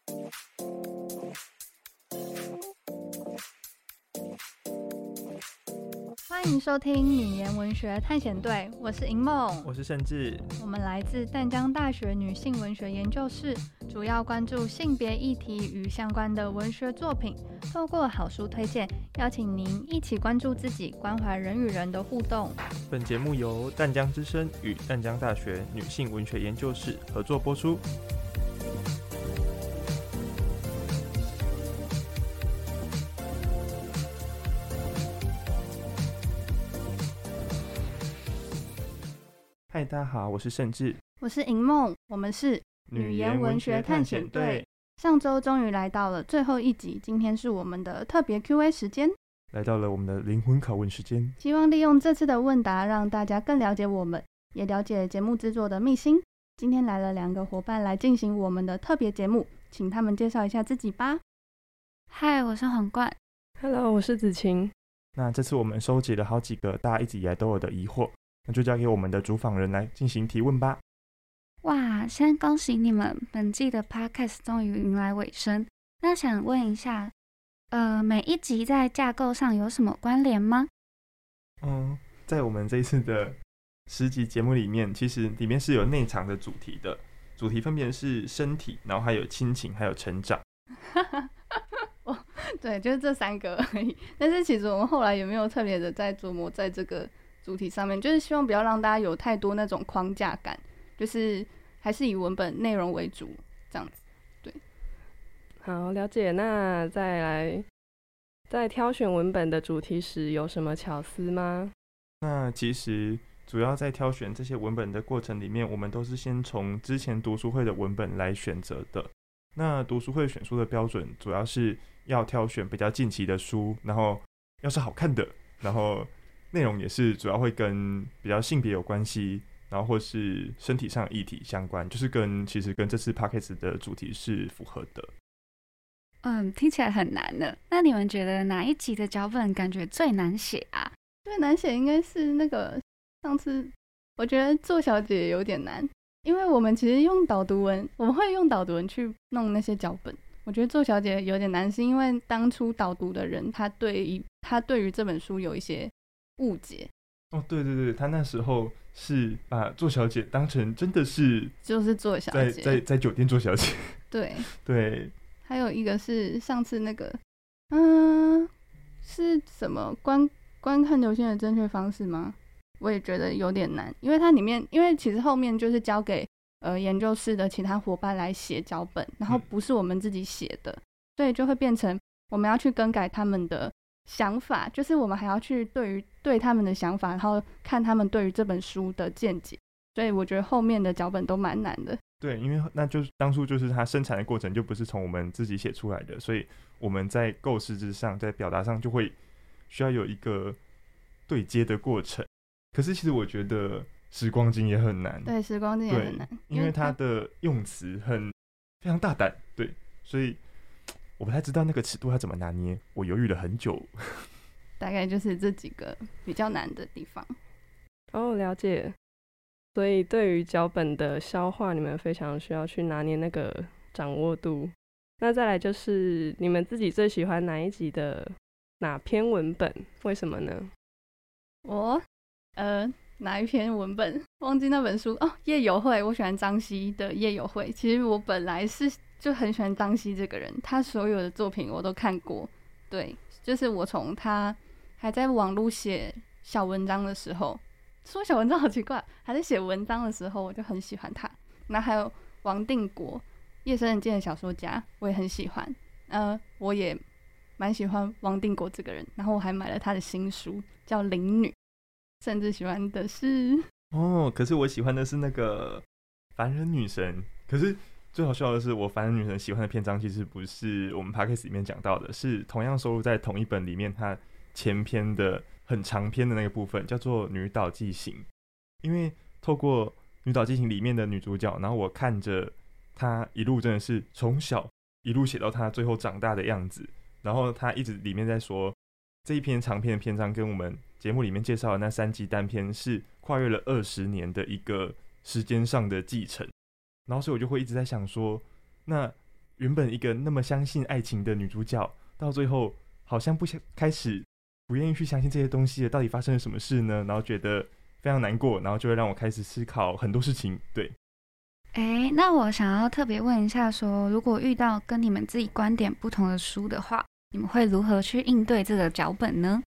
欢迎收听女研文学探险队，我是银梦， 我是盛智， 我们来自淡江大学女性文学研究室，主要关注性别议题与相关的文学作品，透过好书推荐，邀请您一起关注自己，关怀人与人的互动。 本节目由淡江之声与淡江大学女性文学研究室合作播出。嗨，大家好，我是盛智， 我是银梦，我们是女研文学探险队。 上周终于来到了最后一集，今天是我们的特别 Q&A 时间， 来到了我们的灵魂拷问时间。 希望利用这次的问答，让大家更了解我们，也了解节目制作的秘辛。今天来了2个伙伴来进行我们的特别节目，请他们介绍一下自己吧。 嗨，我是皇冠。 Hello， 我是子晴。 那这次我们收集了好几个大家一直以来都有的疑惑，那就交给我们的主访人来进行提问吧。 哇，先恭喜你们，本季的 Podcast 终于迎来尾声。那想问一下，每一集在架构上有什么关联吗？ 在我们这一次的10集节目里面，其实里面是有内藏的主题的，主题分别是身体，然后还有亲情，还有成长。 对，就是这3个而已。但是其实我们后来也没有特别的在琢磨在这个主题上面，就是希望不要让大家有太多那种框架感，就是还是以文本内容为主这样子。对， 好，了解。那再来，在挑选文本的主题时有什么巧思吗？ 那其实主要在挑选这些文本的过程里面，我们都是先从之前读书会的文本来选择的。那读书会选书的标准主要是要挑选比较近期的书，然后要是好看的，然后内容也是主要会跟比较性别有关系，然后或是身体上议题相关，就是其实跟这次 Podcast 的主题是符合的。 听起来很难的。那你们觉得哪一集的脚本感觉最难写啊？ 最难写应该是那个上次，我觉得做小姐有点难，因为我们其实用导读文，我们会用导读文去弄那些脚本。我觉得做小姐有点难，是因为当初导读的人他对于这本书有一些误解。 对对对，他那时候是把做小姐当成真的是就是做小姐， 在酒店做小姐。 对对， 还有一个是上次那个是什么观看流星的正确方式吗？我也觉得有点难，因为它里面，因为其实后面就是交给研究室的其他伙伴来写脚本，然后不是我们自己写的，所以就会变成我们要去更改他们的想法，就是我们还要去对他们的想法，然后看他们对于这本书的见解，所以我觉得后面的脚本都蛮难的。 对，因为那就是当初就是它生产的过程就不是从我们自己写出来的，所以我们在构思之上，在表达上就会需要有一个对接的过程。可是其实我觉得时光机也很难， 对，时光机也很难， 因为它的用词非常大胆，对，所以我不太知道那个尺度要怎么拿捏，我犹豫了很久。 大概就是这几个比较难的地方。 了解。所以对于脚本的消化，你们非常需要去拿捏那个掌握度。那再来就是你们自己最喜欢哪一集的哪篇文本？为什么呢？ 我哪一篇文本忘记那本书夜友会，我喜欢张希的夜友会。其实我本来是就很喜欢张希这个人，他所有的作品我都看过。对，就是我从他还在网络写小文章的时候，说小文章好奇怪，还在写文章的时候我就很喜欢他。然后还有王定国，夜深人静的小说家，我也很喜欢。我也蛮喜欢王定国这个人，然后我还买了他的新书叫《灵女》，甚至喜欢的是可是我喜欢的是那个凡人女神。可是最好笑的是，我凡人女神喜欢的篇章其实不是我们 Podcast 里面讲到的，是同样收录在同一本里面，它前篇的很长篇的那个部分，叫做《女岛记行》。因为透过《女岛记行》里面的女主角，然后我看着她一路真的是从小一路写到她最后长大的样子，然后她一直里面在说这一篇长篇的篇章跟我们节目里面介绍的那3集单篇是跨越了20年的一个时间上的继承。然后所以我就会一直在想说，那原本一个那么相信爱情的女主角，到最后好像开始不愿意去相信这些东西了，到底发生了什么事呢？然后觉得非常难过，然后就会让我开始思考很多事情。对， 那我想要特别问一下说，如果遇到跟你们自己观点不同的书的话，你们会如何去应对这个脚本呢？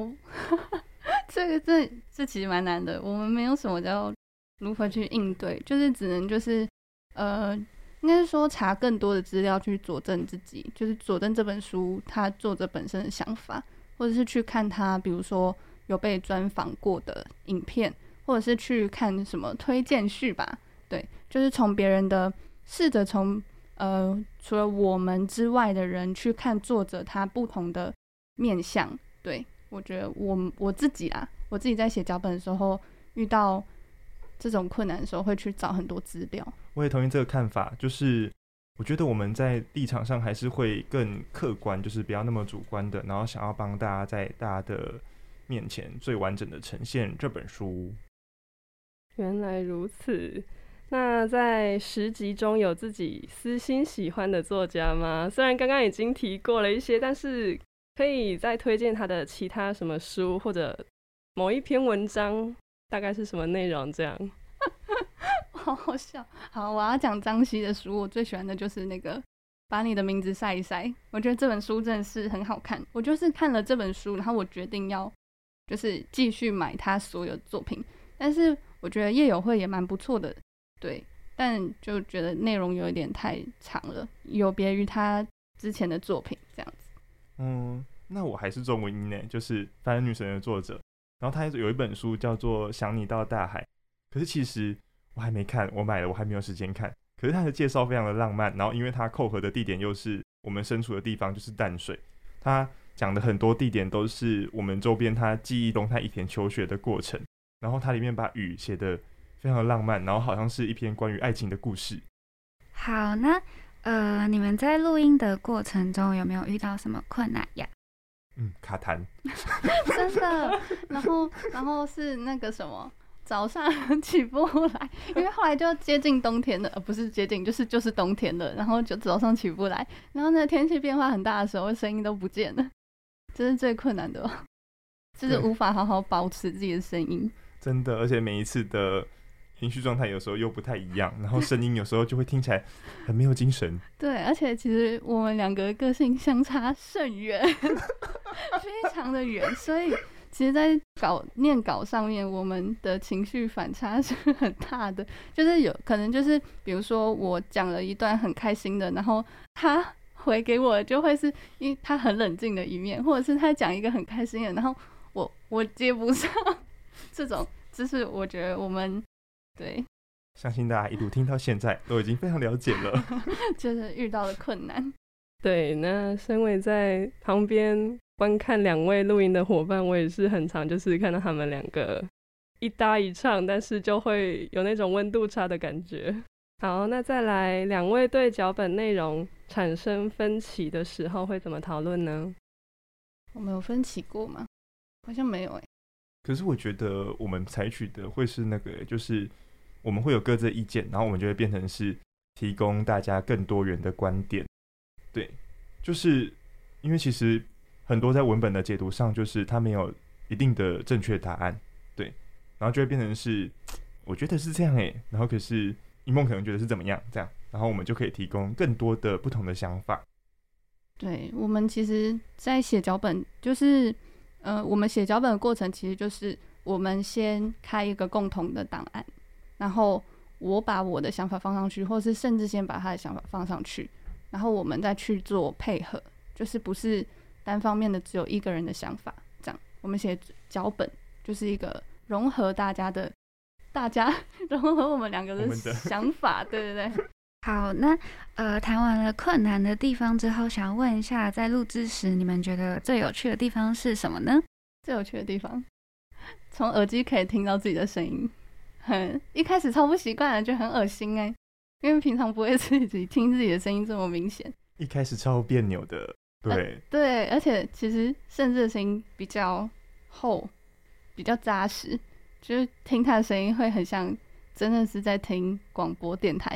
这其实蛮难的，我们没有什么叫如何去应对，就是只能应该是说查更多的资料去佐证自己，就是佐证这本书他作者本身的想法，或者是去看他比如说有被专访过的影片，或者是去看什么推荐序吧。对，就是从别人的试着从除了我们之外的人去看作者他不同的面向。对，我觉得我自己在写脚本的时候遇到这种困难的时候会去找很多资料。 我也同意这个看法，就是我觉得我们在立场上还是会更客观，就是不要那么主观的，然后想要帮大家在大家的面前最完整的呈现这本书。 原来如此。那在10集中有自己私心喜欢的作家吗？虽然刚刚已经提过了一些，但是可以再推荐他的其他什么书，或者某一篇文章大概是什么内容这样。 好好笑。好，我要讲张希的书，我最喜欢的就是那个把你的名字晒一晒。我觉得这本书真的是很好看，我就是看了这本书，然后我决定要就是继续买他所有的作品。但是我觉得叶友会也蛮不错的，对，但就觉得内容有一点太长了，有别于他之前的作品这样子。 那我还是中文音呢，就是《凡人女神》的作者，然后他有一本书叫做《想你到大海》，可是其实我还没看，我买了我还没有时间看。可是他的介绍非常的浪漫，然后因为他扣合的地点又是我们身处的地方，就是淡水，他讲的很多地点都是我们周边他记忆中他以前求学的过程，然后他里面把雨写的非常的浪漫，然后好像是一篇关于爱情的故事。 好，那你们在录音的过程中有没有遇到什么困难呀？ 卡痰。 真的。然后是那个什么，早上起不来，因为后来就接近冬天了，不是接近，就是冬天了，然后就早上起不来，然后那天气变化很大的时候，声音都不见了，这是最困难的吧，就是无法好好保持自己的声音。 真的，而且每一次的情绪状态有时候又不太一样，然后声音有时候就会听起来很没有精神。 对，而且其实我们两个个性相差甚远，非常的远，所以其实在念稿上面，我们的情绪反差是很大的。就是有可能就是比如说我讲了一段很开心的，然后他回给我就会是因为他很冷静的一面，或者是他讲一个很开心的，然后我接不上，这种就是我觉得我们对， 相信大家一路听到现在都已经非常了解了， 就是遇到的困难。 对，那身为在旁边观看2位录音的伙伴，我也是很常就是看到他们2个一搭一唱，但是就会有那种温度差的感觉。好，那再来2位对脚本内容产生分歧的时候会怎么讨论呢？ 我们有分歧过吗？好像没有欸。 可是我觉得我们采取的会是那个，就是我们会有各自的意见，然后我们就会变成是提供大家更多元的观点。对，就是因为其实很多在文本的解读上，就是它没有一定的正确答案，对，然后就会变成是我觉得是这样欸，然后可是一梦可能觉得是怎么样这样，然后我们就可以提供更多的不同的想法。 对，我们其实在写脚本，就是我们写脚本的过程其实就是我们先开一个共同的档案，然后我把我的想法放上去，或是甚至先把他的想法放上去，然后我们再去做配合，就是不是单方面的只有一个人的想法这样。我们写脚本就是一个融合大家融合我们2个的想法，对对对。 好，那谈完了困难的地方之后，想要问一下，在录制时你们觉得最有趣的地方是什么呢？ 最有趣的地方，从耳机可以听到自己的声音，一开始超不习惯的，就很恶心欸，因为平常不会自己听自己的声音这么明显， 一开始超别扭的，对， 对，而且其实甚至的声音比较厚，比较扎实，就是听他的声音会很像真的是在听广播电台，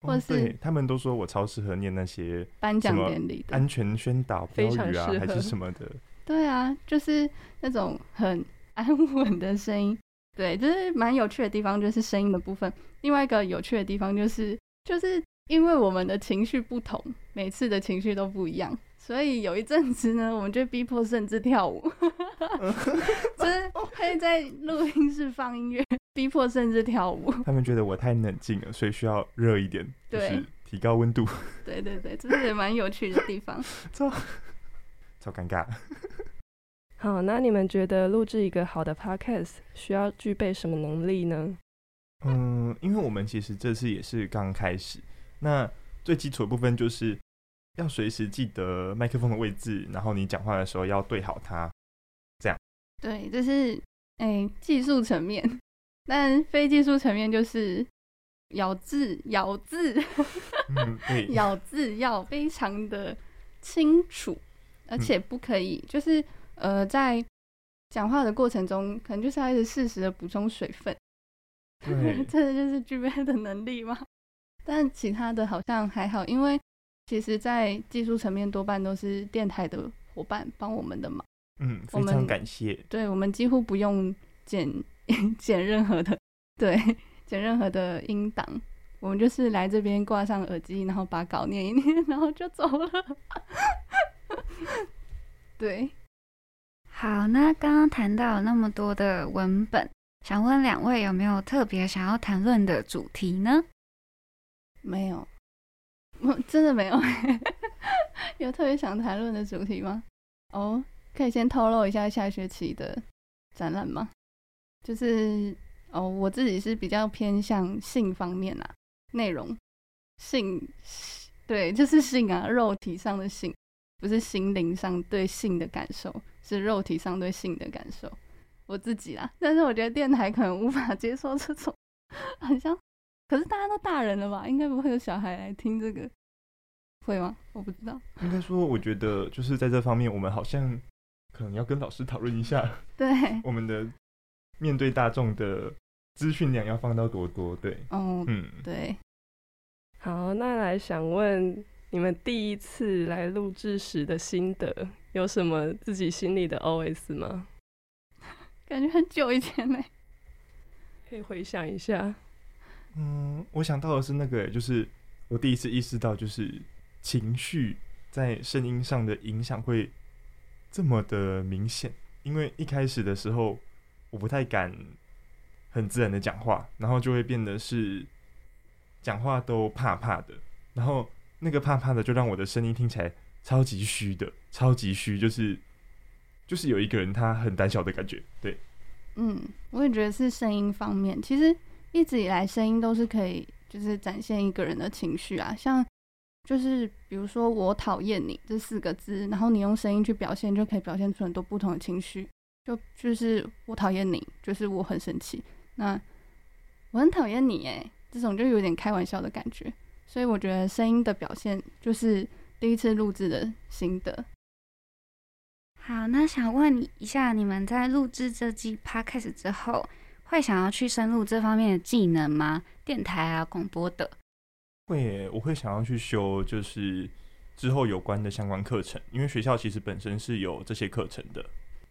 或是对他们都说我超适合念那些颁奖典礼的安全宣导标非常语啊， 适合还是什么的。 对啊，就是那种很安稳的声音。对，就是蛮有趣的地方，就是声音的部分。另外一个有趣的地方就是因为我们的情绪不同，每次的情绪都不一样，所以有一阵子呢，我们就逼迫甚至跳舞，就是会在录音室放音乐，逼迫甚至跳舞。 他们觉得我太冷静了，所以需要热一点，就对是提高温度。 对对对，这是蛮有趣的地方。 超尴尬。 好，那你们觉得录制一个好的 podcast 需要具备什么能力呢？ 因为我们其实这次也是刚开始，那最基础的部分就是要随时记得麦克风的位置，然后你讲话的时候要对好它，这样。 对，这是技术层面，但非技术层面就是咬字， 对， 咬字要非常的清楚，而且不可以就是在讲话的过程中，可能就是要一直适时的补充水分。 对， 这就是具备的能力吗？但其他的好像还好，因为其实在技术层面多半都是电台的伙伴帮我们的忙。 非常感谢。 对，我们几乎不用剪任何的，对，剪任何的音档，我们就是来这边挂上耳机，然后把稿念一念，然后就走了。对， 好，那刚刚谈到了那么多的文本，想问两位有没有特别想要谈论的主题呢？ 没有，我真的没有。有特别想谈论的主题吗？可以先透露一下下学期的展览吗？就是我自己是比较偏向性方面啦，内容性，对，就是性啊，肉体上的性，不是心灵上对性的感受，是肉体上对性的感受。我自己啦，但是我觉得电台可能无法接受这种，很像，可是大家都大人了吧，应该不会有小孩来听这个，会吗？我不知道。 应该说，我觉得就是在这方面，我们好像可能要跟老师讨论一下， 对， 我们的面对大众的资讯量要放到多多。对， 对。 好，那来想问你们第一次来录制时的心得，有什么自己心里的 OS 吗？ 感觉很久以前嘞， 可以回想一下。 我想到的是那个，就是我第一次意识到，就是情绪在声音上的影响会这么的明显。因为一开始的时候，我不太敢很自然的讲话，然后就会变得是讲话都怕怕的，然后那个怕怕的就让我的声音听起来超级虚的，超级虚，就是有一个人他很胆小的感觉。对， 我也觉得是声音方面，其实一直以来声音都是可以就是展现一个人的情绪啊，像就是比如说我讨厌你这4个字，然后你用声音去表现，就可以表现出很多不同的情绪，就是我讨厌你，就是我很生气，那我很讨厌你耶，这种就有点开玩笑的感觉，所以我觉得声音的表现就是第一次录制的心得。 好，那想问一下，你们在录制这季 podcast 之后，会想要去深入这方面的技能吗？电台啊、广播的？ 会耶，我会想要去修，就是之后有关的相关课程，因为学校其实本身是有这些课程的。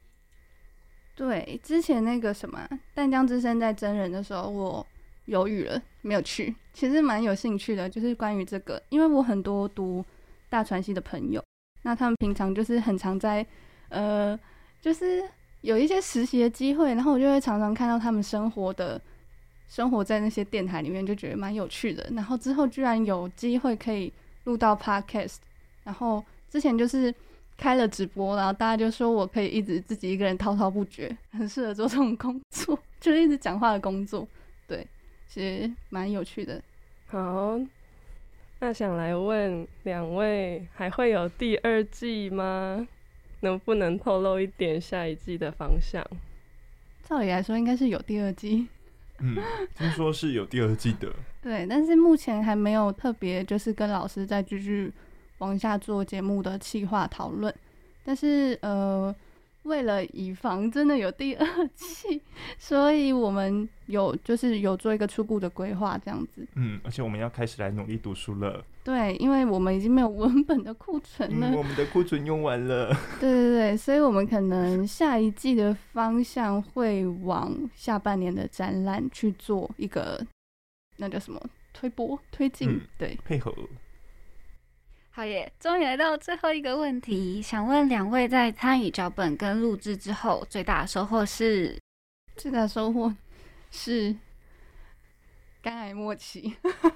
对，之前那个什么淡江之声在真人的时候，我犹豫了，没有去。其实蛮有兴趣的，就是关于这个，因为我很多读大传系的朋友，那他们平常就是很常在就是有一些实习的机会，然后我就会常常看到他们生活在那些电台里面，就觉得蛮有趣的。然后之后居然有机会可以录到 podcast， 然后之前就是开了直播，然后大家就说我可以一直自己一个人滔滔不绝，很适合做这种工作，就是一直讲话的工作。对，其实蛮有趣的。 好，那想来问两位，还会有第2季吗？能不能透露一点下一季的方向？ 照理来说应该是有第2季。 听说是有第2季的。 对，但是目前还没有特别就是跟老师再继续往下做节目的企划讨论。但是为了以防真的有第二季，所以我们有做一个初步的规划这样子。 而且我们要开始来努力读书了。 对，因为我们已经没有文本的库存了， 我们的库存用完了。 对，所以我们可能下一季的方向会往下半年的展览去做一个那叫什么推进，对， 配合。 好耶，终于来到最后一个问题，想问2位在参与脚本跟录制之后，最大的收获是？ 最大的收获是肝癌末期，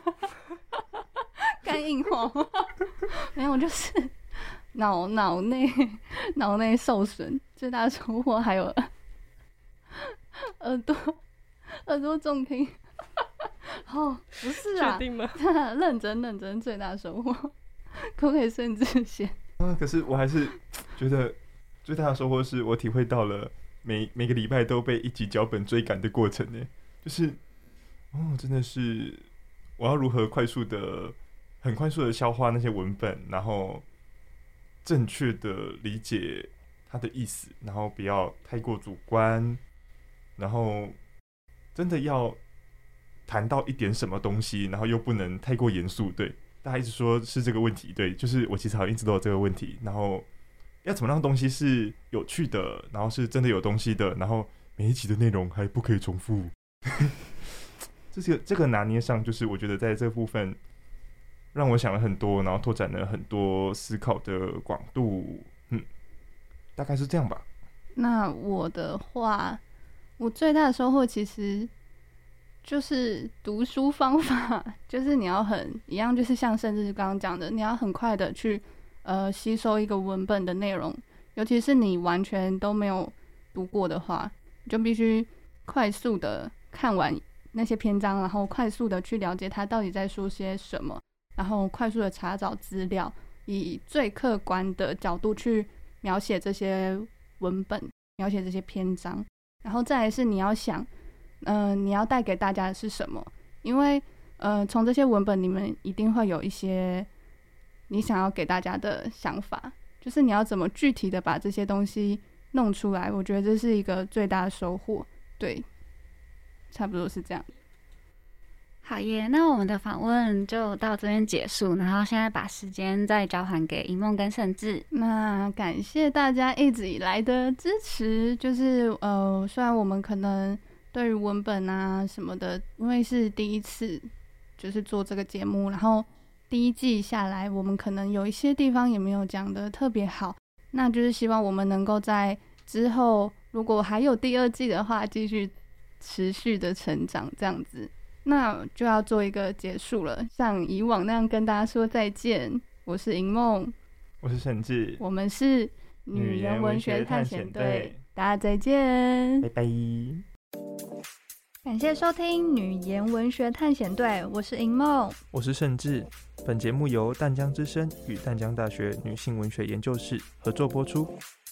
肝硬化，没有，就是脑内受损。最大的收获还有耳朵重听。哦，不是啊， 确定吗？ 认真，最大的收获。可不可以甚至先？ 可是我还是觉得最大的收获是我体会到了每个礼拜都被一集脚本追赶的过程呢，就是真的是我要如何很快速的消化那些文本，然后正确的理解它的意思，然后不要太过主观，然后真的要谈到一点什么东西，然后又不能太过严肃，对。大家一直说是这个问题，对，就是我其实好像一直都有这个问题，然后要怎么让东西是有趣的，然后是真的有东西的，然后每一集的内容还不可以重复，这个拿捏上，就是我觉得在这部分让我想了很多，然后拓展了很多思考的广度，大概是这样吧。 那我的话，我最大的收获其实就是读书方法，就是你要一样，就是像甚至刚刚讲的，你要很快的去吸收一个文本的内容，尤其是你完全都没有读过的话，你就必须快速的看完那些篇章，然后快速的去了解它到底在说些什么，然后快速的查找资料，以最客观的角度去描写这些文本，描写这些篇章，然后再来是你要想你要带给大家的是什么？因为从这些文本里面一定会有一些你想要给大家的想法，就是你要怎么具体的把这些东西弄出来，我觉得这是一个最大的收获。对，差不多是这样。 好耶，那我们的访问就到这边结束，然后现在把时间再交还给一梦跟盛智。 那感谢大家一直以来的支持，就是虽然我们可能对于文本啊什么的，因为是第一次就是做这个节目，然后第一季下来，我们可能有一些地方也没有讲得特别好，那就是希望我们能够在之后如果还有第二季的话，继续持续的成长这样子。那就要做一个结束了，像以往那样跟大家说再见。我是银梦， 我是盛智， 我们是女言文学探险队，大家再见， 拜拜。 感谢收听女言文学探险队，我是银梦， 我是盛智。本节目由淡江之声与淡江大学女性文学研究室合作播出。